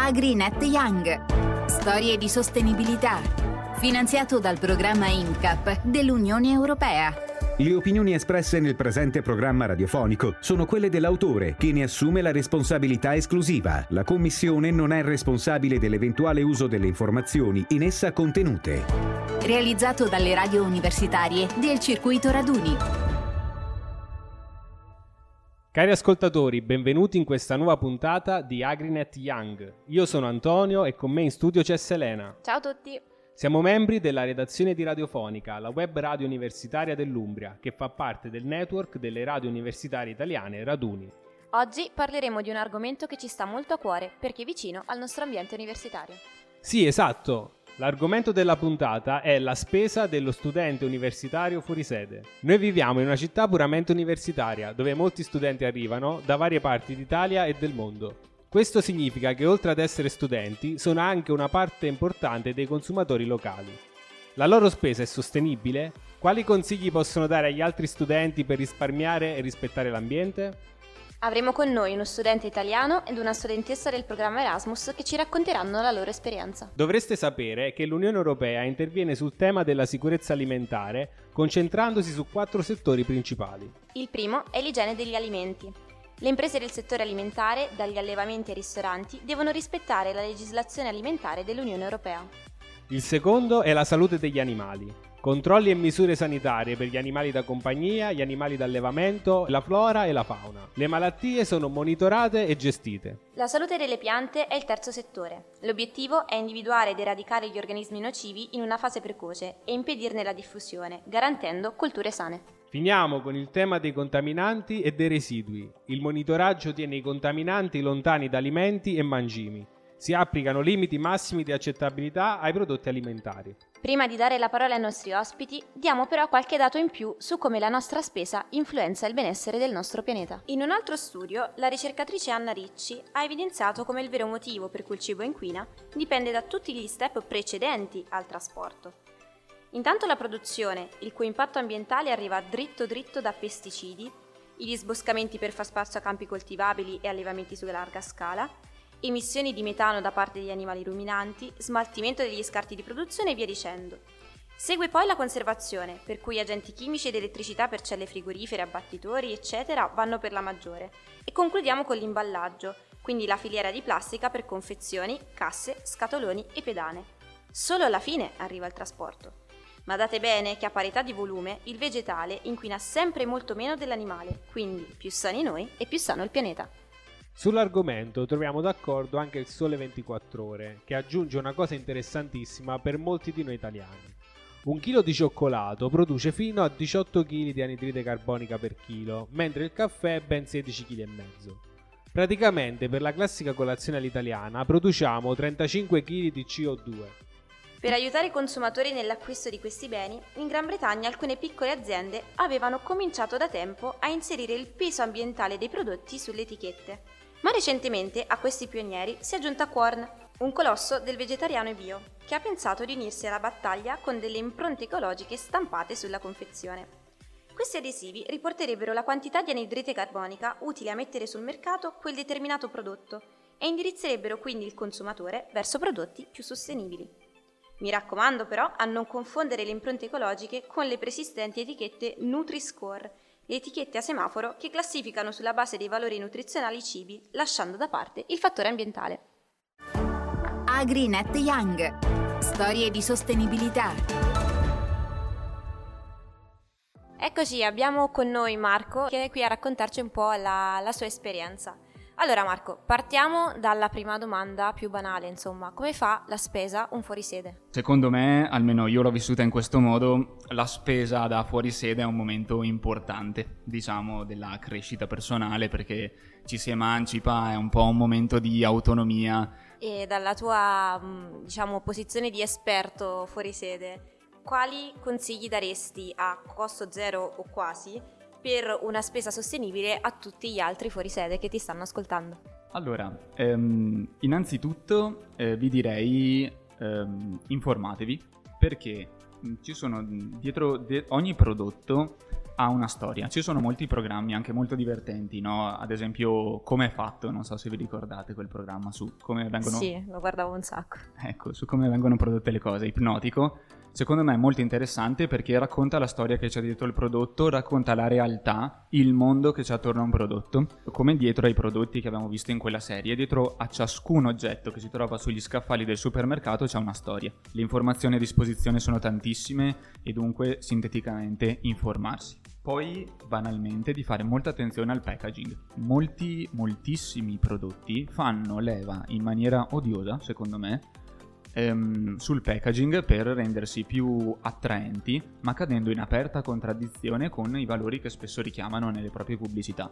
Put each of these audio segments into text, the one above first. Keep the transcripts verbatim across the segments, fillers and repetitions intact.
AgriNet Young. Storie di sostenibilità. Finanziato dal programma I N C A P dell'Unione Europea. Le opinioni espresse nel presente programma radiofonico sono quelle dell'autore, che ne assume la responsabilità esclusiva. La Commissione non è responsabile dell'eventuale uso delle informazioni in essa contenute. Realizzato dalle radio universitarie del Circuito Raduni. Cari ascoltatori, benvenuti in questa nuova puntata di AgriNet Young. Io sono Antonio e con me in studio c'è Selena. Ciao a tutti. Siamo membri della redazione di Radiofonica, la web radio universitaria dell'Umbria, che fa parte del network delle radio universitarie italiane Raduni. Oggi parleremo di un argomento che ci sta molto a cuore perché è vicino al nostro ambiente universitario. Sì, esatto. L'argomento della puntata è la spesa dello studente universitario fuori sede. Noi viviamo in una città puramente universitaria, dove molti studenti arrivano da varie parti d'Italia e del mondo. Questo significa che oltre ad essere studenti, sono anche una parte importante dei consumatori locali. La loro spesa è sostenibile? Quali consigli possono dare agli altri studenti per risparmiare e rispettare l'ambiente? Avremo con noi uno studente italiano ed una studentessa del programma Erasmus che ci racconteranno la loro esperienza. Dovreste sapere che l'Unione Europea interviene sul tema della sicurezza alimentare concentrandosi su quattro settori principali. Il primo è l'igiene degli alimenti. Le imprese del settore alimentare, dagli allevamenti ai ristoranti, devono rispettare la legislazione alimentare dell'Unione Europea. Il secondo è la salute degli animali. Controlli e misure sanitarie per gli animali da compagnia, gli animali d'allevamento, la flora e la fauna. Le malattie sono monitorate e gestite. La salute delle piante è il terzo settore. L'obiettivo è individuare ed eradicare gli organismi nocivi in una fase precoce e impedirne la diffusione, garantendo colture sane. Finiamo con il tema dei contaminanti e dei residui. Il monitoraggio tiene i contaminanti lontani da alimenti e mangimi. Si applicano limiti massimi di accettabilità ai prodotti alimentari. Prima di dare la parola ai nostri ospiti, diamo però qualche dato in più su come la nostra spesa influenza il benessere del nostro pianeta. In un altro studio, la ricercatrice Anna Ricci ha evidenziato come il vero motivo per cui il cibo inquina dipende da tutti gli step precedenti al trasporto. Intanto la produzione, il cui impatto ambientale arriva dritto dritto da pesticidi, i disboscamenti per far spazio a campi coltivabili e allevamenti su larga scala, emissioni di metano da parte degli animali ruminanti, smaltimento degli scarti di produzione e via dicendo. Segue poi la conservazione, per cui agenti chimici ed elettricità per celle frigorifere, abbattitori, eccetera vanno per la maggiore. E concludiamo con l'imballaggio, quindi la filiera di plastica per confezioni, casse, scatoloni e pedane. Solo alla fine arriva il trasporto. Ma date bene che a parità di volume il vegetale inquina sempre molto meno dell'animale, quindi più sani noi e più sano il pianeta. Sull'argomento troviamo d'accordo anche il Sole ventiquattro Ore, che aggiunge una cosa interessantissima per molti di noi italiani. Un chilo di cioccolato produce fino a diciotto chili di anidride carbonica per chilo, mentre il caffè ben sedici chili e mezzo. Praticamente per la classica colazione all'italiana produciamo trentacinque chili di C O due. Per aiutare i consumatori nell'acquisto di questi beni, in Gran Bretagna alcune piccole aziende avevano cominciato da tempo a inserire il peso ambientale dei prodotti sulle etichette. Ma recentemente a questi pionieri si è aggiunta Quorn, un colosso del vegetariano e bio, che ha pensato di unirsi alla battaglia con delle impronte ecologiche stampate sulla confezione. Questi adesivi riporterebbero la quantità di anidride carbonica utile a mettere sul mercato quel determinato prodotto e indirizzerebbero quindi il consumatore verso prodotti più sostenibili. Mi raccomando però a non confondere le impronte ecologiche con le preesistenti etichette Nutri-Score, le etichette a semaforo che classificano sulla base dei valori nutrizionali i cibi, lasciando da parte il fattore ambientale. AgriNet Young. Storie di sostenibilità. Eccoci, abbiamo con noi Marco che è qui a raccontarci un po' la, la sua esperienza. Allora Marco, partiamo dalla prima domanda più banale, insomma, come fa la spesa un fuorisede? Secondo me, almeno io l'ho vissuta in questo modo, la spesa da fuorisede è un momento importante, diciamo, della crescita personale, perché ci si emancipa, è un po' un momento di autonomia. E dalla tua, diciamo, posizione di esperto fuorisede, quali consigli daresti a costo zero o quasi per una spesa sostenibile a tutti gli altri fuorisede che ti stanno ascoltando? Allora, ehm, innanzitutto eh, vi direi ehm, informatevi, perché ci sono dietro de- ogni prodotto ha una storia. Ci sono molti programmi anche molto divertenti, no? Ad esempio Come è fatto, non so se vi ricordate quel programma su come vengono... Sì, lo guardavo un sacco. Ecco, su come vengono prodotte le cose, Ipnotico. Secondo me è molto interessante perché racconta la storia che c'è dietro il prodotto, racconta la realtà, il mondo che c'è attorno a un prodotto. Come dietro ai prodotti che abbiamo visto in quella serie, dietro a ciascun oggetto che si trova sugli scaffali del supermercato c'è una storia. Le informazioni a disposizione sono tantissime e dunque sinteticamente informarsi. Poi, banalmente, di fare molta attenzione al packaging. Molti, moltissimi prodotti fanno leva in maniera odiosa, secondo me, ehm, sul packaging per rendersi più attraenti, ma cadendo in aperta contraddizione con i valori che spesso richiamano nelle proprie pubblicità.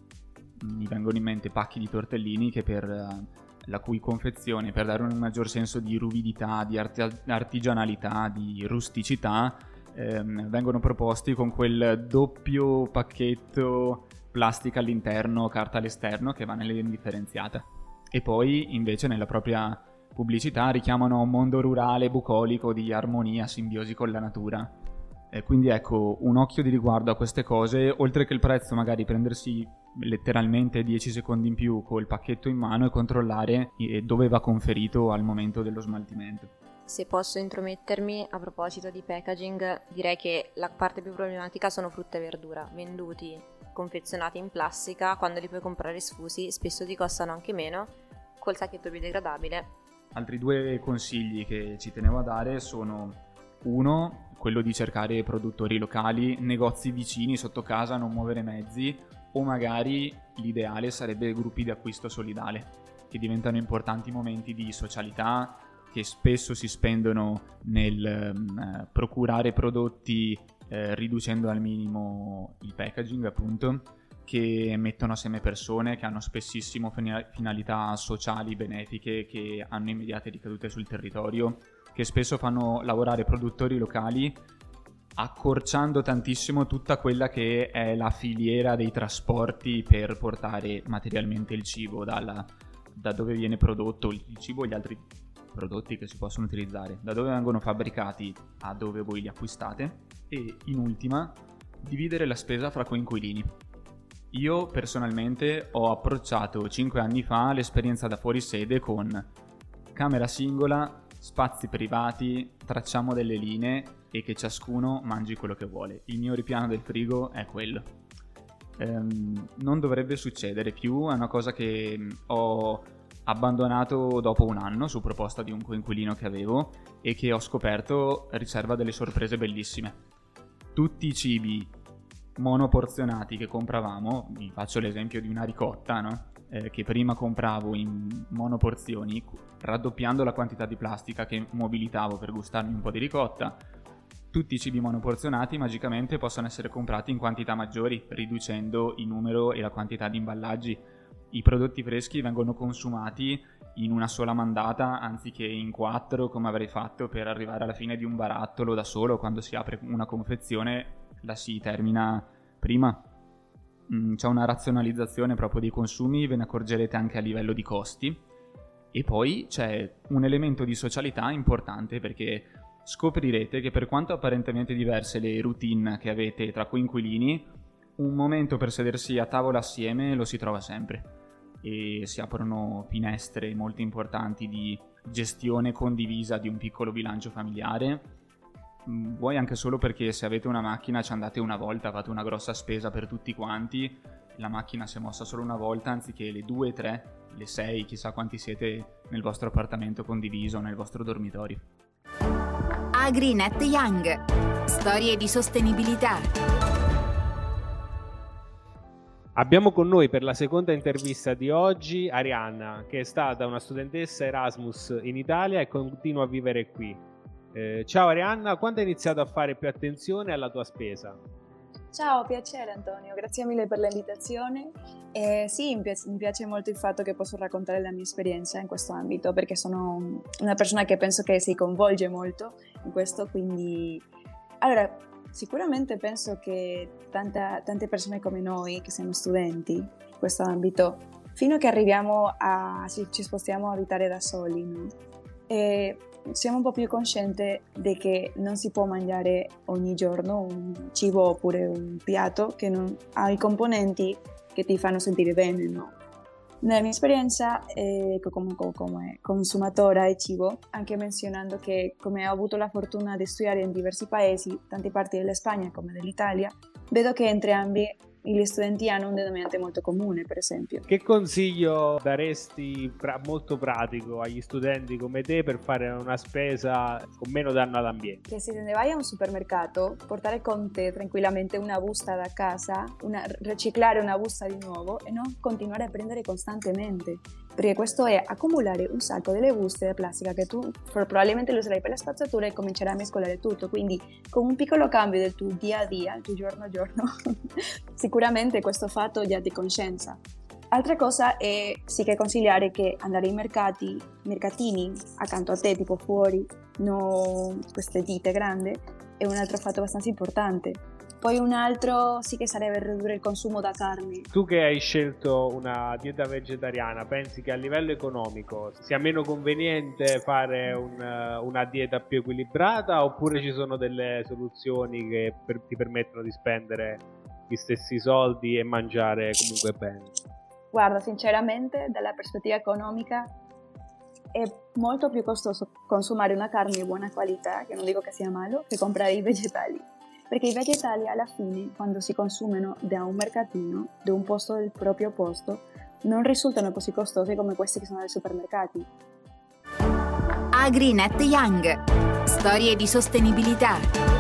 Mi vengono in mente pacchi di tortellini che per la cui confezione, per dare un maggior senso di ruvidità, di arti- artigianalità, di rusticità, ehm, vengono proposti con quel doppio pacchetto plastica all'interno, carta all'esterno, che va nell'indifferenziata. E poi invece nella propria pubblicità richiamano un mondo rurale, bucolico, di armonia, simbiosi con la natura. E quindi ecco, un occhio di riguardo a queste cose, oltre che il prezzo, magari prendersi letteralmente dieci secondi in più col pacchetto in mano e controllare dove va conferito al momento dello smaltimento. Se posso intromettermi, a proposito di packaging, direi che la parte più problematica sono frutta e verdura, venduti, confezionati in plastica, quando li puoi comprare sfusi, spesso ti costano anche meno, col sacchetto biodegradabile. Altri due consigli che ci tenevo a dare sono: uno, quello di cercare produttori locali, negozi vicini sotto casa, non muovere mezzi, o magari l'ideale sarebbe gruppi di acquisto solidale, che diventano importanti momenti di socialità, che spesso si spendono nel um, procurare prodotti eh, riducendo al minimo il packaging, appunto, che mettono assieme persone che hanno spessissimo finalità sociali, benefiche, che hanno immediate ricadute sul territorio, che spesso fanno lavorare produttori locali accorciando tantissimo tutta quella che è la filiera dei trasporti per portare materialmente il cibo dalla, da dove viene prodotto il cibo e gli altri prodotti che si possono utilizzare, da dove vengono fabbricati a dove voi li acquistate. E in ultima, dividere la spesa fra coinquilini. Io personalmente ho approcciato cinque anni fa l'esperienza da fuori sede con camera singola, spazi privati, tracciamo delle linee e che ciascuno mangi quello che vuole. Il mio ripiano del frigo è quello. Ehm, non dovrebbe succedere più, è una cosa che ho abbandonato dopo un anno su proposta di un coinquilino che avevo e che ho scoperto riserva delle sorprese bellissime. Tutti i cibi monoporzionati che compravamo, vi faccio l'esempio di una ricotta, no? Eh, che prima compravo in monoporzioni, raddoppiando la quantità di plastica che mobilitavo per gustarmi un po' di ricotta. Tutti i cibi monoporzionati magicamente possono essere comprati in quantità maggiori, riducendo il numero e la quantità di imballaggi. I prodotti freschi vengono consumati in una sola mandata anziché in quattro, come avrei fatto per arrivare alla fine di un barattolo da solo. Quando si apre una confezione la si termina prima. Mm, c'è una razionalizzazione proprio dei consumi, ve ne accorgerete anche a livello di costi. E poi c'è un elemento di socialità importante, perché scoprirete che per quanto apparentemente diverse le routine che avete tra coinquilini, un momento per sedersi a tavola assieme lo si trova sempre. E si aprono finestre molto importanti di gestione condivisa di un piccolo bilancio familiare. Vuoi anche solo perché se avete una macchina ci andate una volta, fate una grossa spesa per tutti quanti, la macchina si è mossa solo una volta anziché le due, tre, le sei, chissà quanti siete nel vostro appartamento condiviso, nel vostro dormitorio. AgriNet Young. Storie di sostenibilità. Abbiamo con noi per la seconda intervista di oggi Arianna, che è stata una studentessa Erasmus in Italia e continua a vivere qui. Eh, ciao Arianna, quando hai iniziato a fare più attenzione alla tua spesa? Ciao, piacere Antonio, grazie mille per l'invitazione. Eh, sì, mi piace, mi piace molto il fatto che posso raccontare la mia esperienza in questo ambito, perché sono una persona che penso che si coinvolge molto in questo, quindi... Allora, sicuramente penso che tanta, tante persone come noi, che siamo studenti in questo ambito, fino a che arriviamo a... ci, ci spostiamo a abitare da soli, no? E siamo un po' più coscienti di che non si può mangiare ogni giorno un cibo oppure un piatto che non ha i componenti che ti fanno sentire bene, no? Nella mia esperienza eh, come, come consumatore di cibo, anche menzionando che come ho avuto la fortuna di studiare in diversi paesi, tante parti della Spagna come dell'Italia, vedo che entrambi gli studenti hanno un denominante molto comune, per esempio. Che consiglio daresti pra- molto pratico agli studenti come te per fare una spesa con meno danno all'ambiente? Che se te ne vai a un supermercato, portare con te tranquillamente una busta da casa, una, riciclare una busta di nuovo e non continuare a prendere costantemente, perché questo è accumulare un sacco delle buste di plastica che tu probabilmente lo userai per la spazzatura e comincerai a mescolare tutto, quindi con un piccolo cambio del tuo dia a dia, il tuo giorno a giorno, sicuramente questo fatto già di coscienza. Altra cosa è sì che consigliare che andare ai mercati, mercatini accanto a te, tipo fuori, non queste ditte grandi, è un altro fatto abbastanza importante. Poi un altro sì che sarebbe ridurre il consumo da carne. Tu che hai scelto una dieta vegetariana, pensi che a livello economico sia meno conveniente fare un, una dieta più equilibrata, oppure ci sono delle soluzioni che per, ti permettono di spendere gli stessi soldi e mangiare comunque bene? Guarda, sinceramente, dalla prospettiva economica è molto più costoso consumare una carne di buona qualità, che non dico che sia malo, che comprare i vegetali. Perché i vegetali alla fine, quando si consumano da un mercatino, da un posto del proprio posto, non risultano così costosi come questi che sono dai supermercati. Agrinet Young. Storie di sostenibilità.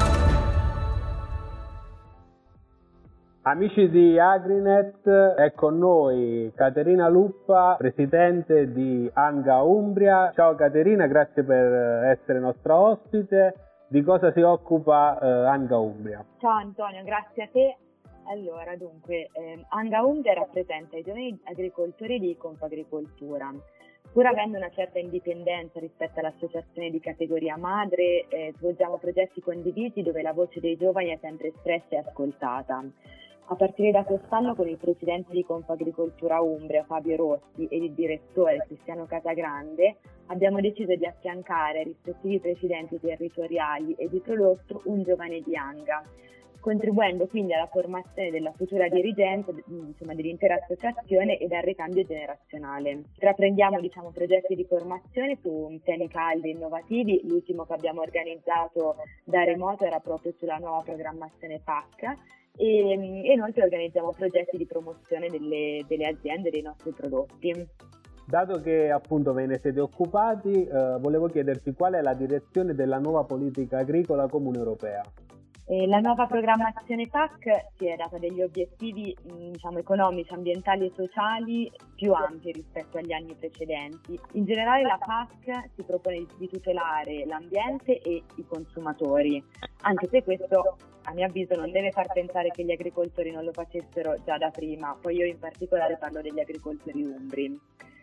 Amici di Agrinet, è con noi Caterina Luppa, presidente di Anga Umbria. Ciao Caterina, grazie per essere nostra ospite. Di cosa si occupa eh, Anga Umbria? Ciao Antonio, grazie a te. Allora, dunque, eh, Anga Umbria rappresenta i giovani agricoltori di Confagricoltura. Pur avendo una certa indipendenza rispetto all'associazione di categoria madre, eh, svolgiamo progetti condivisi dove la voce dei giovani è sempre espressa e ascoltata. A partire da quest'anno, con il presidente di Confagricoltura Umbria, Fabio Rossi, e il direttore Cristiano Casagrande, abbiamo deciso di affiancare ai rispettivi presidenti territoriali e di prodotto un giovane di Anga, contribuendo quindi alla formazione della futura dirigenza, insomma, dell'intera associazione e al ricambio generazionale. Intraprendiamo diciamo, progetti di formazione su temi caldi e innovativi. L'ultimo che abbiamo organizzato da remoto era proprio sulla nuova programmazione P A C, e, e inoltre organizziamo progetti di promozione delle, delle aziende e dei nostri prodotti. Dato che appunto ve ne siete occupati, eh, volevo chiederti qual è la direzione della nuova politica agricola comune europea. Eh, la nuova programmazione P A C si è data degli obiettivi mh, diciamo, economici, ambientali e sociali più ampi rispetto agli anni precedenti. In generale la P A C si propone di tutelare l'ambiente e i consumatori, anche se questo a mio avviso non deve far pensare che gli agricoltori non lo facessero già da prima. Poi io in particolare parlo degli agricoltori umbri.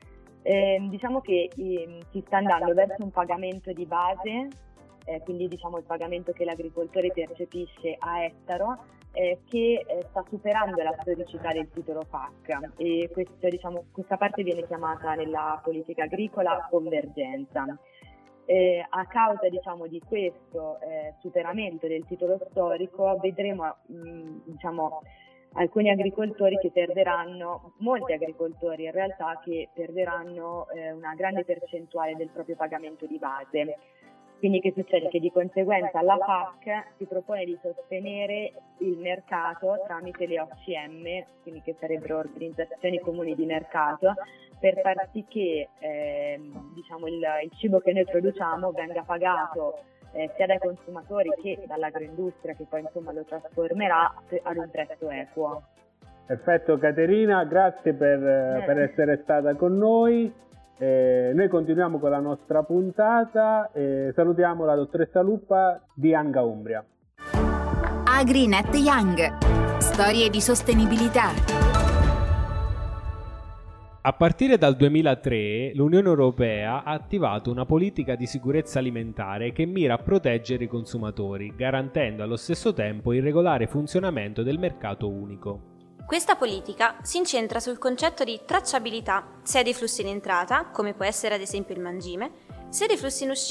Eh, diciamo che eh, si sta andando verso un pagamento di base, eh, quindi diciamo il pagamento che l'agricoltore percepisce a ettaro, eh, che eh, sta superando la storicità del titolo P A C, e questo, diciamo, questa parte viene chiamata nella politica agricola convergenza. Eh, a causa diciamo, di questo eh, superamento del titolo storico vedremo mh, diciamo, alcuni agricoltori che perderanno, molti agricoltori in realtà che perderanno eh, una grande percentuale del proprio pagamento di base. Quindi che succede? Che di conseguenza la P A C si propone di sostenere il mercato tramite le O C M, quindi che sarebbero organizzazioni comuni di mercato, per far sì che eh, diciamo il, il cibo che noi produciamo venga pagato eh, sia dai consumatori che dall'agroindustria che poi insomma lo trasformerà ad un prezzo equo. Perfetto Caterina, grazie per, eh. per essere stata con noi. Eh, noi continuiamo con la nostra puntata e salutiamo la dottoressa Luppa di Anga Umbria. Agrinet Young. Storie di sostenibilità. A partire dal duemilatré l'Unione Europea ha attivato una politica di sicurezza alimentare che mira a proteggere i consumatori, garantendo allo stesso tempo il regolare funzionamento del mercato unico. Questa politica si incentra sul concetto di tracciabilità sia dei flussi in entrata, come può essere ad esempio il mangime, sia dei flussi in uscita,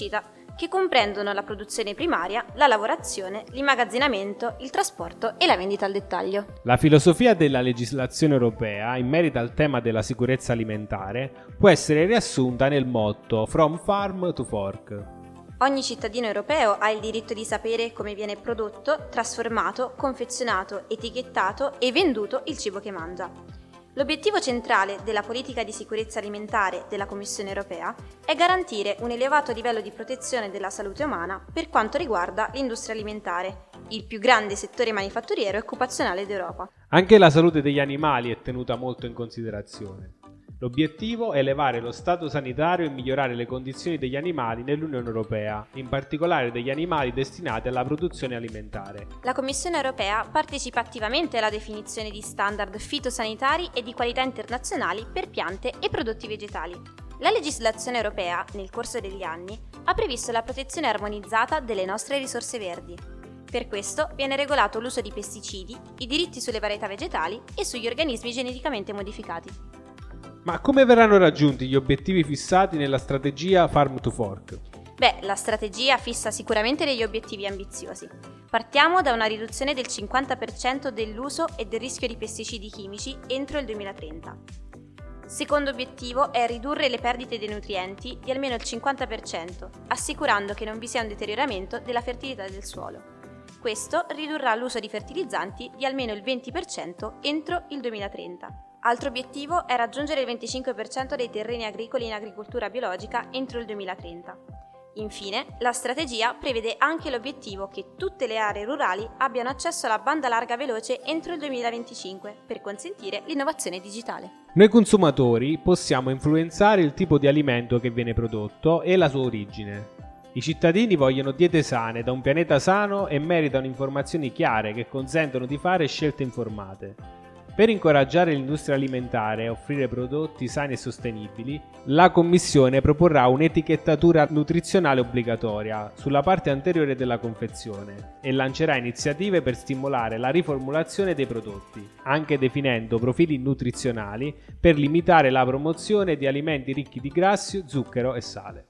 che comprendono la produzione primaria, la lavorazione, l'immagazzinamento, il trasporto e la vendita al dettaglio. La filosofia della legislazione europea in merito al tema della sicurezza alimentare può essere riassunta nel motto From Farm to Fork. Ogni cittadino europeo ha il diritto di sapere come viene prodotto, trasformato, confezionato, etichettato e venduto il cibo che mangia. L'obiettivo centrale della politica di sicurezza alimentare della Commissione europea è garantire un elevato livello di protezione della salute umana per quanto riguarda l'industria alimentare, il più grande settore manifatturiero e occupazionale d'Europa. Anche la salute degli animali è tenuta molto in considerazione. L'obiettivo è elevare lo stato sanitario e migliorare le condizioni degli animali nell'Unione Europea, in particolare degli animali destinati alla produzione alimentare. La Commissione Europea partecipa attivamente alla definizione di standard fitosanitari e di qualità internazionali per piante e prodotti vegetali. La legislazione europea, nel corso degli anni, ha previsto la protezione armonizzata delle nostre risorse verdi. Per questo viene regolato l'uso di pesticidi, i diritti sulle varietà vegetali e sugli organismi geneticamente modificati. Ma come verranno raggiunti gli obiettivi fissati nella strategia Farm to Fork? Beh, la strategia fissa sicuramente degli obiettivi ambiziosi. Partiamo da una riduzione del cinquanta per cento dell'uso e del rischio di pesticidi chimici entro il duemilatrenta. Secondo obiettivo è ridurre le perdite dei nutrienti di almeno il cinquanta per cento, assicurando che non vi sia un deterioramento della fertilità del suolo. Questo ridurrà l'uso di fertilizzanti di almeno il venti per cento entro il duemilatrenta. Altro obiettivo è raggiungere il venticinque per cento dei terreni agricoli in agricoltura biologica entro il duemilatrenta. Infine, la strategia prevede anche l'obiettivo che tutte le aree rurali abbiano accesso alla banda larga veloce entro il duemilaventicinque per consentire l'innovazione digitale. Noi consumatori possiamo influenzare il tipo di alimento che viene prodotto e la sua origine. I cittadini vogliono diete sane da un pianeta sano e meritano informazioni chiare che consentono di fare scelte informate. Per incoraggiare l'industria alimentare a offrire prodotti sani e sostenibili, la Commissione proporrà un'etichettatura nutrizionale obbligatoria sulla parte anteriore della confezione e lancerà iniziative per stimolare la riformulazione dei prodotti, anche definendo profili nutrizionali per limitare la promozione di alimenti ricchi di grassi, zucchero e sale.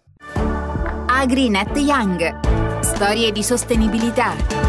Agrinet Young. Storie di sostenibilità.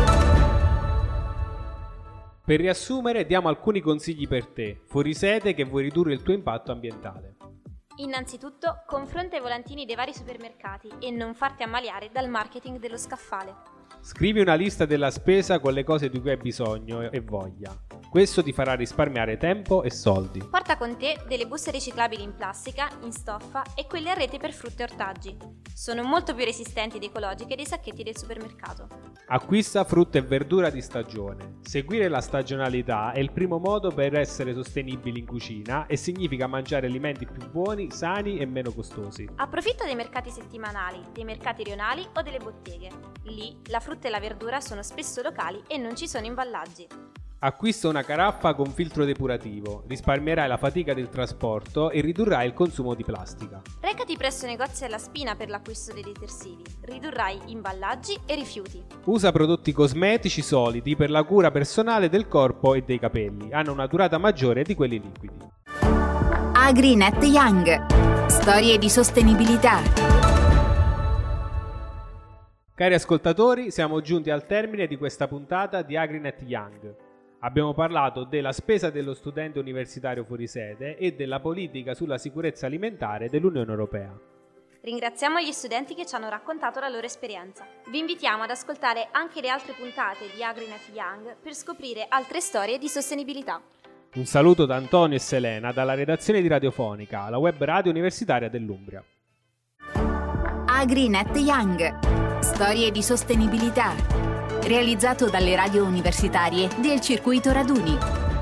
Per riassumere, diamo alcuni consigli per te, fuori sede che vuoi ridurre il tuo impatto ambientale. Innanzitutto, confronta i volantini dei vari supermercati e non farti ammaliare dal marketing dello scaffale. Scrivi una lista della spesa con le cose di cui hai bisogno e voglia. Questo ti farà risparmiare tempo e soldi. Porta con te delle buste riciclabili in plastica, in stoffa e quelle a rete per frutta e ortaggi. Sono molto più resistenti ed ecologiche dei sacchetti del supermercato. Acquista frutta e verdura di stagione. Seguire la stagionalità è il primo modo per essere sostenibili in cucina e significa mangiare alimenti più buoni, sani e meno costosi. Approfitta dei mercati settimanali, dei mercati rionali o delle botteghe. Lì la frutta e la verdura sono spesso locali e non ci sono imballaggi. Acquista una caraffa con filtro depurativo, risparmierai la fatica del trasporto e ridurrai il consumo di plastica. Recati presso negozi alla spina per l'acquisto dei detersivi, ridurrai imballaggi e rifiuti. Usa prodotti cosmetici solidi per la cura personale del corpo e dei capelli, hanno una durata maggiore di quelli liquidi. Agrinet Young. Storie di sostenibilità. Cari ascoltatori, siamo giunti al termine di questa puntata di Agrinet Young. Abbiamo parlato della spesa dello studente universitario fuori sede e della politica sulla sicurezza alimentare dell'Unione Europea. Ringraziamo gli studenti che ci hanno raccontato la loro esperienza. Vi invitiamo ad ascoltare anche le altre puntate di Agrinet Young per scoprire altre storie di sostenibilità. Un saluto da Antonio e Selena dalla redazione di Radiofonica, la web radio universitaria dell'Umbria. Agrinet Young. Storie di sostenibilità. Realizzato dalle radio universitarie del circuito Raduni.